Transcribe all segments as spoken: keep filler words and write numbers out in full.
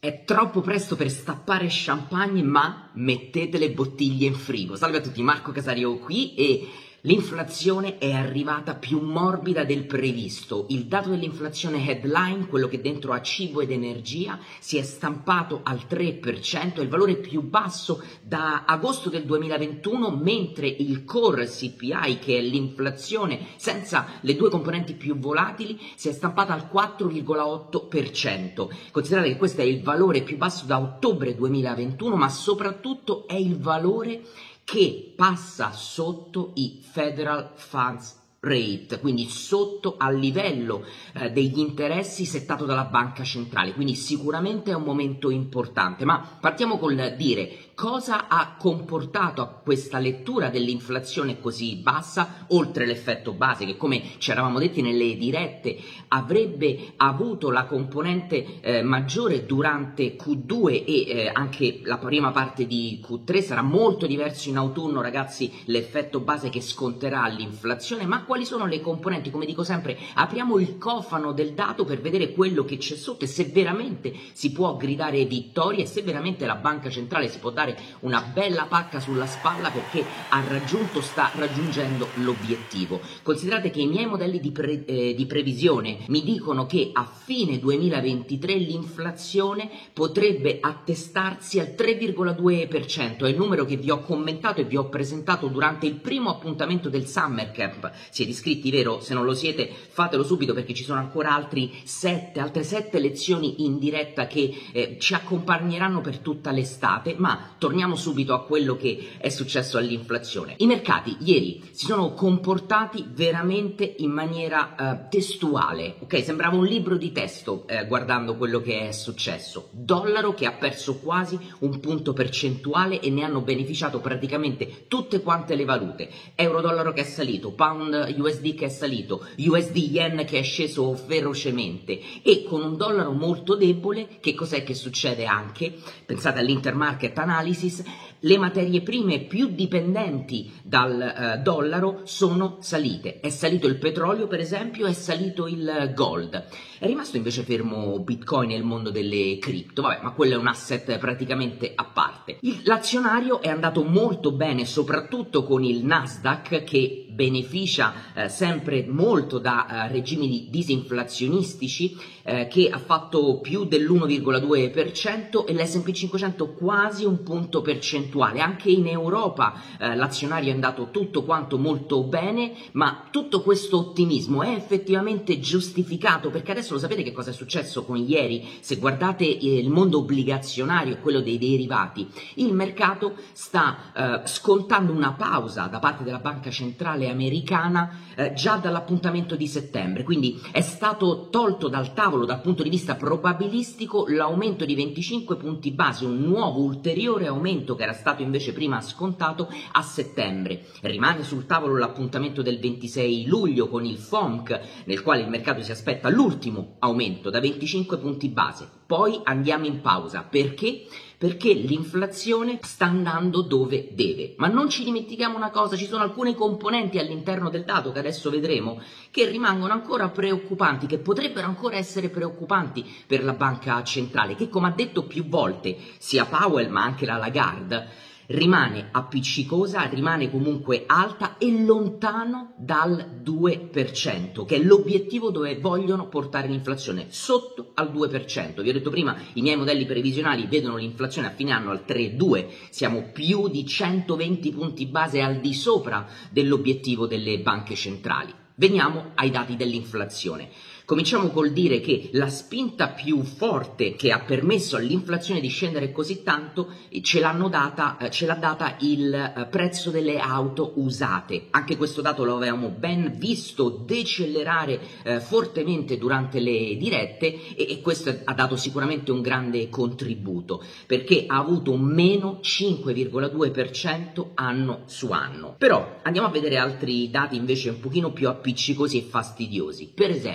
È troppo presto per stappare champagne, ma mettete le bottiglie in frigo. Salve a tutti, Marco Casario qui e l'inflazione è arrivata più morbida del previsto. Il dato dell'inflazione headline, quello che dentro ha cibo ed energia, si è stampato al tre per cento, è il valore più basso da agosto del duemilaventuno, mentre il core C P I, che è l'inflazione senza le due componenti più volatili, si è stampata al quattro virgola otto per cento. Considerate che questo è il valore più basso da ottobre duemilaventuno, ma soprattutto è il valore che passa sotto i Federal Funds Rate, quindi sotto al livello eh, degli interessi settato dalla banca centrale, quindi sicuramente è un momento importante. Ma partiamo col dire cosa ha comportato a questa lettura dell'inflazione così bassa, oltre l'effetto base che, come ci eravamo detti nelle dirette, avrebbe avuto la componente eh, maggiore durante Q due e eh, anche la prima parte di Q tre. Sarà molto diverso in autunno, ragazzi, l'effetto base che sconterà l'inflazione. Ma quali sono le componenti? Come dico sempre, apriamo il cofano del dato per vedere quello che c'è sotto e se veramente si può gridare vittoria e se veramente la banca centrale si può dare una bella pacca sulla spalla perché ha raggiunto, sta raggiungendo l'obiettivo. Considerate che i miei modelli di, pre, eh, di previsione mi dicono che a fine duemilaventitré l'inflazione potrebbe attestarsi al tre virgola due per cento, è il numero che vi ho commentato e vi ho presentato durante il primo appuntamento del Summer Camp. Siete iscritti, vero? Se non lo siete fatelo subito perché ci sono ancora altri sette, altre sette lezioni in diretta che eh, ci accompagneranno per tutta l'estate. Ma torniamo subito a quello che è successo all'inflazione. I mercati ieri si sono comportati veramente in maniera eh, testuale, ok? Sembrava un libro di testo eh, guardando quello che è successo. Dollaro che ha perso quasi un punto percentuale e ne hanno beneficiato praticamente tutte quante le valute. Euro-dollaro che è salito, pound U S D che è salito, U S D yen che è sceso ferocemente e con un dollaro molto debole. Che cos'è che succede anche? Pensate all'intermarket analysis, le materie prime più dipendenti dal eh, dollaro sono salite. È salito il petrolio, per esempio, è salito il gold. È rimasto invece fermo Bitcoin e il mondo delle cripto, vabbè, ma quello è un asset praticamente a parte. Il, l'azionario è andato molto bene, soprattutto con il Nasdaq che beneficia eh, sempre molto da eh, regimi disinflazionistici, eh, che ha fatto più dell'uno virgola due per cento e l'S and P cinquecento quasi un punto percentuale. Anche in Europa eh, l'azionario è andato tutto quanto molto bene, ma tutto questo ottimismo è effettivamente giustificato? Perché adesso lo sapete che cosa è successo con ieri? Se guardate eh, il mondo obbligazionario e quello dei derivati, il mercato sta eh, scontando una pausa da parte della banca centrale americana eh, già dall'appuntamento di settembre, quindi è stato tolto dal tavolo dal punto di vista probabilistico l'aumento di venticinque punti base, un nuovo ulteriore aumento che era stato invece prima scontato a settembre. Rimane sul tavolo l'appuntamento del ventisei luglio con il F O M C, nel quale il mercato si aspetta l'ultimo aumento da venticinque punti base. Poi andiamo in pausa. Perché? Perché l'inflazione sta andando dove deve. Ma non ci dimentichiamo una cosa, ci sono alcune componenti all'interno del dato che adesso vedremo che rimangono ancora preoccupanti, che potrebbero ancora essere preoccupanti per la banca centrale, che, come ha detto più volte sia Powell ma anche la Lagarde, rimane appiccicosa, rimane comunque alta e lontano dal due per cento, che è l'obiettivo dove vogliono portare l'inflazione, sotto al due per cento. Vi ho detto prima, i miei modelli previsionali vedono l'inflazione a fine anno al tre virgola due, siamo più di centoventi punti base al di sopra dell'obiettivo delle banche centrali. Veniamo ai dati dell'inflazione. Cominciamo col dire che la spinta più forte che ha permesso all'inflazione di scendere così tanto ce l'hanno data, ce l'ha data il prezzo delle auto usate. Anche questo dato lo avevamo ben visto decelerare eh, fortemente durante le dirette e, e questo ha dato sicuramente un grande contributo perché ha avuto un meno cinque virgola due per cento anno su anno. Però andiamo a vedere altri dati invece un pochino più appiccicosi e fastidiosi. Per esempio,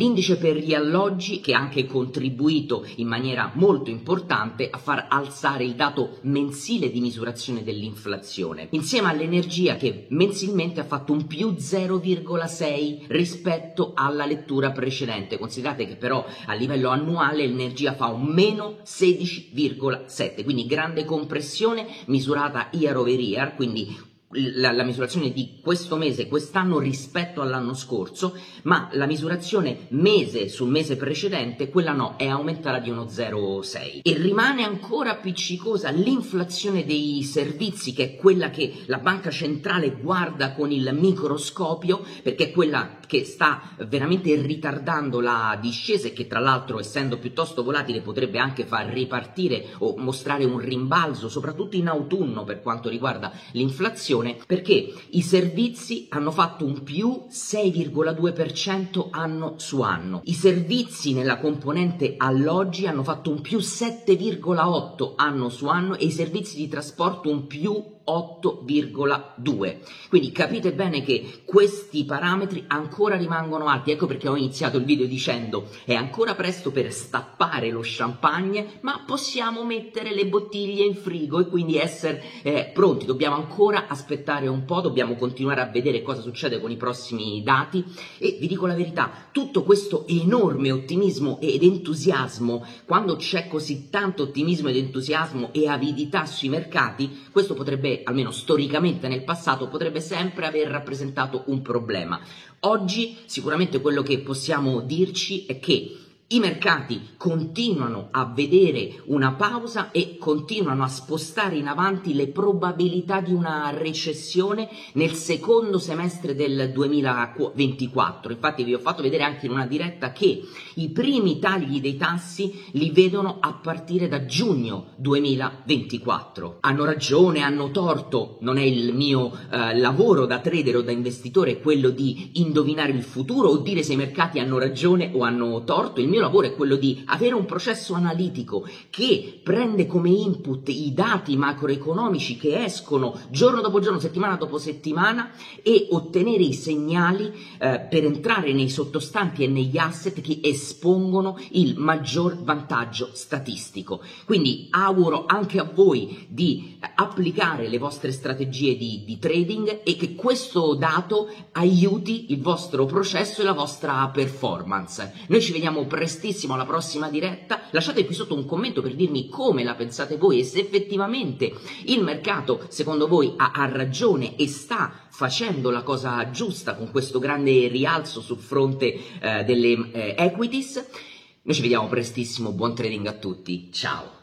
l'indice per gli alloggi, che ha anche contribuito in maniera molto importante a far alzare il dato mensile di misurazione dell'inflazione, insieme all'energia che mensilmente ha fatto un più zero virgola sei rispetto alla lettura precedente. Considerate che però a livello annuale l'energia fa un meno sedici virgola sette, quindi grande compressione misurata year over year, quindi La, la misurazione di questo mese, quest'anno rispetto all'anno scorso, ma la misurazione mese sul mese precedente, quella no, è aumentata di uno zero virgola sei. E rimane ancora appiccicosa l'inflazione dei servizi, che è quella che la banca centrale guarda con il microscopio, perché è quella che sta veramente ritardando la discesa e che tra l'altro, essendo piuttosto volatile, potrebbe anche far ripartire o mostrare un rimbalzo, soprattutto in autunno per quanto riguarda l'inflazione, perché i servizi hanno fatto un più sei virgola due per cento anno su anno, i servizi nella componente alloggi hanno fatto un più sette virgola otto anno su anno e i servizi di trasporto un più otto virgola due. Quindi capite bene che questi parametri ancora rimangono alti. Ecco perché ho iniziato il video dicendo: è ancora presto per stappare lo champagne, ma possiamo mettere le bottiglie in frigo e quindi essere eh, pronti. Dobbiamo ancora aspettare un po', dobbiamo continuare a vedere cosa succede con i prossimi dati. E vi dico la verità, tutto questo enorme ottimismo ed entusiasmo, quando c'è così tanto ottimismo ed entusiasmo e avidità sui mercati, questo potrebbe, almeno storicamente nel passato, potrebbe sempre aver rappresentato un problema. Oggi sicuramente quello che possiamo dirci è che i mercati continuano a vedere una pausa e continuano a spostare in avanti le probabilità di una recessione nel secondo semestre del duemilaventiquattro. Infatti vi ho fatto vedere anche in una diretta che i primi tagli dei tassi li vedono a partire da giugno duemilaventiquattro. Hanno ragione, hanno torto, non è il mio eh, lavoro da trader o da investitore quello di indovinare il futuro o dire se i mercati hanno ragione o hanno torto. Il mio lavoro è quello di avere un processo analitico che prende come input i dati macroeconomici che escono giorno dopo giorno, settimana dopo settimana, e ottenere i segnali eh, per entrare nei sottostanti e negli asset che espongono il maggior vantaggio statistico. Quindi auguro anche a voi di applicare le vostre strategie di, di trading e che questo dato aiuti il vostro processo e la vostra performance. Noi ci vediamo prestissimo alla prossima diretta. Lasciate qui sotto un commento per dirmi come la pensate voi e se effettivamente il mercato secondo voi ha, ha ragione e sta facendo la cosa giusta con questo grande rialzo sul fronte eh, delle eh, equities. Noi ci vediamo prestissimo, buon trading a tutti, ciao!